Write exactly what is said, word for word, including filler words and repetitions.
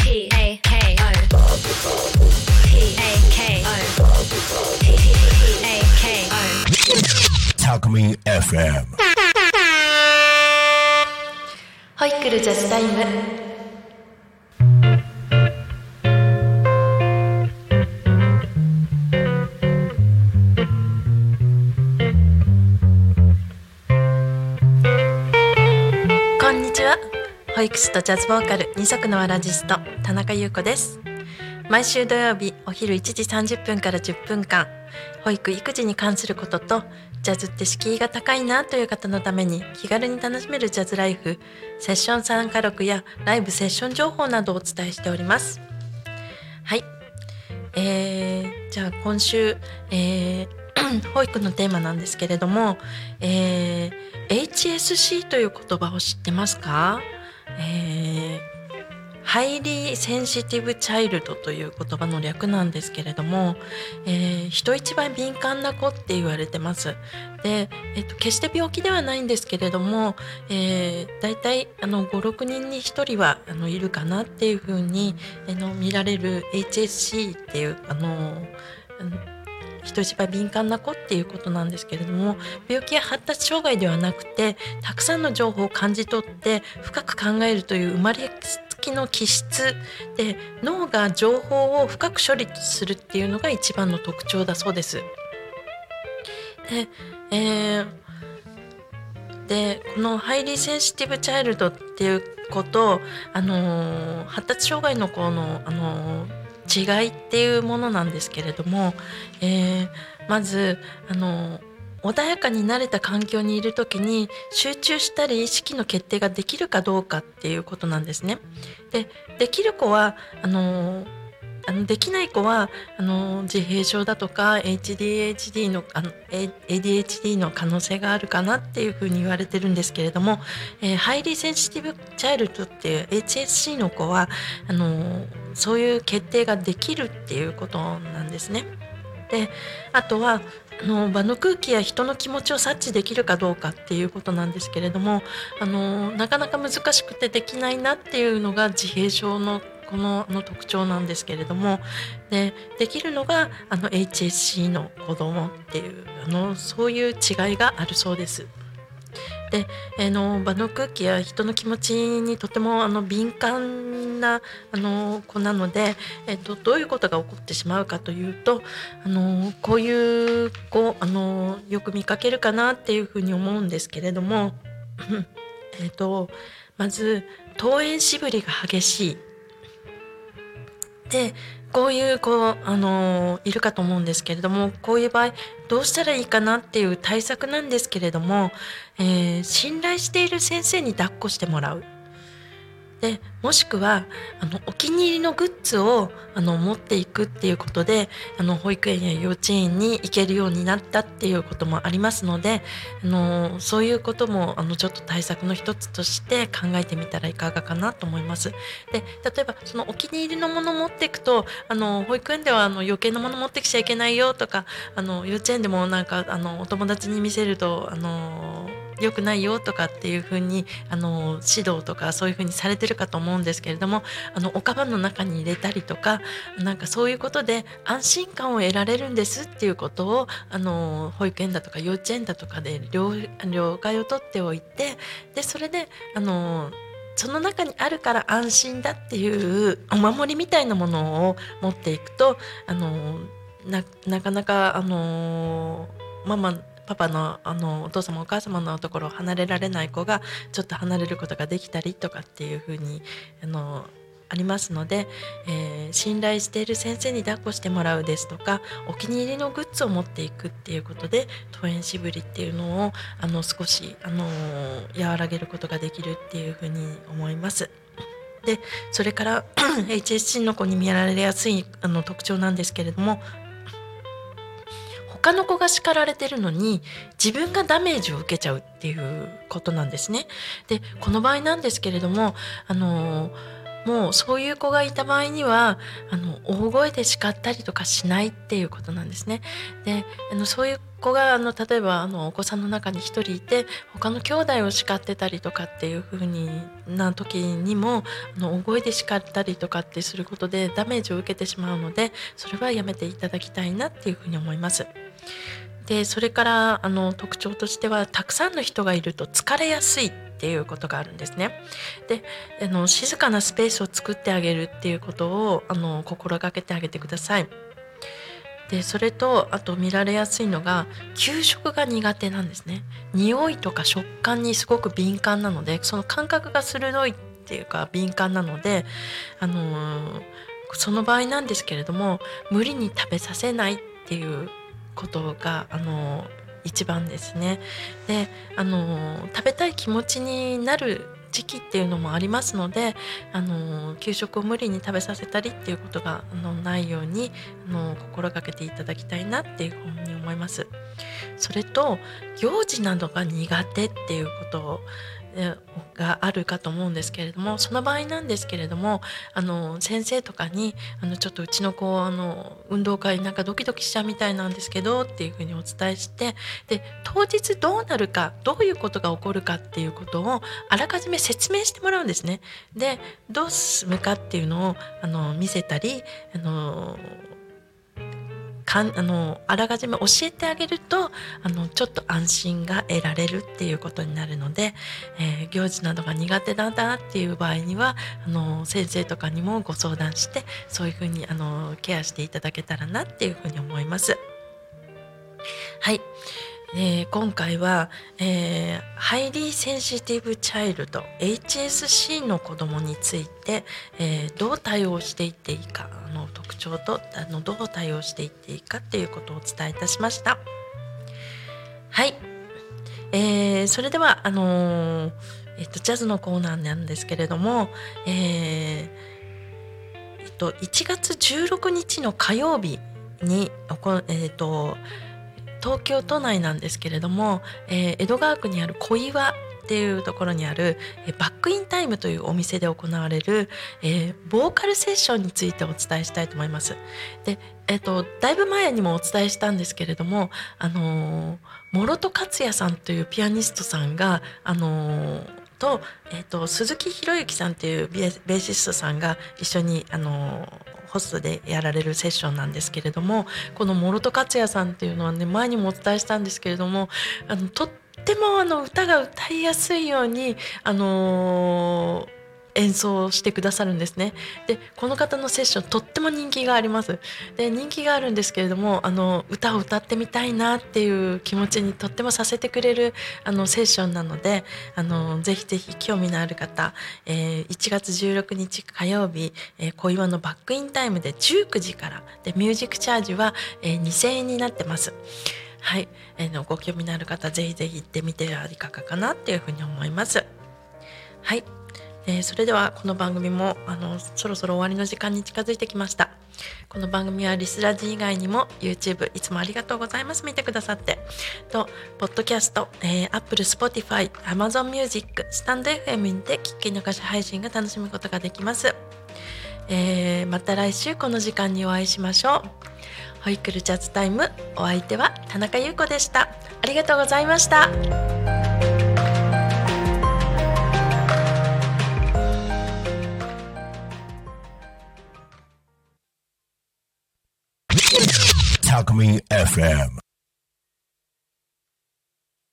P A K O P A K O P A K O タクミン エフエムホイックルジャズタイム。こんにちは。保育士とジャズボーカル二足のわらじスト田中優子です。毎週土曜日お昼いちじさんじゅっぷんからじゅっぷんかん、保育育児に関することとジャズって敷居が高いなという方のために気軽に楽しめるジャズライフ、セッション参加録やライブセッション情報などをお伝えしております。はい、えー、じゃあ今週、えー、保育のテーマなんですけれども、えー、エイチエスシー という言葉を知ってますか？えー、ハイリーセンシティブチャイルドという言葉の略なんですけれども、えー、人一倍敏感な子って言われてます。で、えっと、決して病気ではないんですけれども、えー、だいたいあのご、ろくにんにひとりはあのいるかなっていうふうにあの見られる エイチエスシー っていうあの人一倍敏感な子っていうことなんですけれども、病気や発達障害ではなくてたくさんの情報を感じ取って深く考えるという生まれつきの気質で、脳が情報を深く処理するっていうのが一番の特徴だそうです。で、えー、でこのハイリーセンシティブチャイルドっていうこと、あのー、発達障害の子の、あのー違いっていうものなんですけれども、えー、まずあの穏やかに慣れた環境にいるときに集中したり意識の決定ができるかどうかっていうことなんですね。で、できる子はあのあのできない子はあの自閉症だとか エイチディーエイチディー の, あの エーディーエイチディー の可能性があるかなっていうふうに言われてるんですけれども、えー、ハイリーセンシティブチャイルドっていう エイチエスシー の子はあのそういう決定ができるっていうことなんですね。で、あとはあの場の空気や人の気持ちを察知できるかどうかっていうことなんですけれども、あのなかなか難しくてできないなっていうのが自閉症のこのの特徴なんですけれども、で、できるのがあの エイチエスシー の子供っていうあのそういう違いがあるそうです。で、あの場の空気や人の気持ちにとてもあの敏感なあの子なので、えっと、どういうことが起こってしまうかというと、あのこういう子あのよく見かけるかなっていうふうに思うんですけれどもえっとまず登園しぶりが激しい。で、こういう子、あのいるかと思うんですけれども、こういう場合どうしたらいいかなっていう対策なんですけれども、えー、信頼している先生に抱っこしてもらう。で、もしくはあのお気に入りのグッズをあの持っていくっていうことで、あの保育園や幼稚園に行けるようになったっていうこともありますので、あのそういうこともあのちょっと対策の一つとして考えてみたらいかがかなと思います。で、例えばそのお気に入りのものを持っていくと、あの保育園ではあの余計なもの持ってきちゃいけないよとか、あの幼稚園でもなんかあのお友達に見せるとあの良くないよとかっていう風にあの指導とかそういう風にされてるかと思うんですけれども、あのおカバンの中に入れたりとか、なんかそういうことで安心感を得られるんですっていうことをあの保育園だとか幼稚園だとかで了解を取っておいて、でそれであのその中にあるから安心だっていうお守りみたいなものを持っていくと、あの な, なかなかあのママパパの、あのお父様お母様のところを離れられない子がちょっと離れることができたりとかっていう風にあのありますので、えー、信頼している先生に抱っこしてもらうですとか、お気に入りのグッズを持っていくっていうことで登園しぶりっていうのをあの少しあの和らげることができるっていう風に思います。で、それからエイチエスシー の子に見られやすいあの特徴なんですけれども、他の子が叱られてるのに自分がダメージを受けちゃうっていうことなんですね。で、この場合なんですけれども、あのもうそういう子がいた場合にはあの大声で叱ったりとかしないっていうことなんですね。であのそういう子があの例えばあのお子さんの中に一人いて他の兄弟を叱ってたりとかっていう風にな時にもあの大声で叱ったりとかってすることでダメージを受けてしまうので、それはやめていただきたいなっていうふうに思います。でそれからあの特徴としては、たくさんの人がいると疲れやすいっていうことがあるんですね。であの静かなスペースを作ってあげるっていうことをあの心がけてあげてください。でそれとあと見られやすいのが給食が苦手なんですね。匂いとか食感にすごく敏感なので、その感覚が鋭いっていうか敏感なので、あのーその場合なんですけれども、無理に食べさせないっていうことがあの一番ですね。であの食べたい気持ちになる時期っていうのもありますので、あの給食を無理に食べさせたりっていうことがあのないようにあの心がけていただきたいなっていうふうに思います。それと行事などが苦手っていうことをがあるかと思うんですけれども、その場合なんですけれども、あの先生とかにあのちょっとうちの子あの運動会なんかドキドキしちゃうみたいなんですけどっていうふうにお伝えして、で当日どうなるか、どういうことが起こるかっていうことをあらかじめ説明してもらうんですね。でどう進むかっていうのをあの見せたり、あのかんあのあらかじめ教えてあげるとあのちょっと安心が得られるっていうことになるので、えー、行事などが苦手なんだなっていう場合にはあの先生とかにもご相談して、そういうふうにあのケアしていただけたらなっていうふうに思います。はい、えー今回は、えーハイリーセンシティブチャイルド エイチエスシー の子どもについて、えーどう対応していっていいか、あの特徴とあのどう対応していっていいかっていうことをお伝えいたしました。はい、えーそれではあのーえっと、ジャズのコーナーなんですけれども、えーえっと、いちがつじゅうろくにちの火曜日におこ、えっと東京都内なんですけれども、えー江戸川区にある小岩っていうところにある、えーバックインタイムというお店で行われる、えーボーカルセッションについてお伝えしたいと思います。で、えーと、だいぶ前にもお伝えしたんですけれども、あのー諸戸克也さんというピアニストさんが、あのーと,、えーと鈴木博之さんというベーベーシストさんが一緒に、あのーホストでやられるセッションなんですけれども、この諸戸克也さんっていうのはね、前にもお伝えしたんですけれども、あのとってもあの歌が歌いやすいように、あのー演奏してくださるんですね。でこの方のセッションとっても人気があります。で人気があるんですけれども、あの歌を歌ってみたいなっていう気持ちにとってもさせてくれるあのセッションなので、あのぜひぜひ興味のある方、えーいちがつじゅうろくにち火曜日、えー小岩のバックインタイムでじゅうくじからで、ミュージックチャージは、えーにせんえんになってます。はい、えーのご興味のある方、ぜひぜひ行ってみてはいかがかなっていうふうに思います。はい、えーそれではこの番組もあのそろそろ終わりの時間に近づいてきました。この番組はリスラジ以外にも YouTube いつもありがとうございます。見てくださってと、ポッドキャスト、えー、Apple、Spotify、Amazon Music、スタンド エフエム で聞き逃し配信が楽しむことができます。えーまた来週この時間にお会いしましょう。ホイクルジャズタイム、お相手は田中優子でした。ありがとうございました。 Talk Me エフエム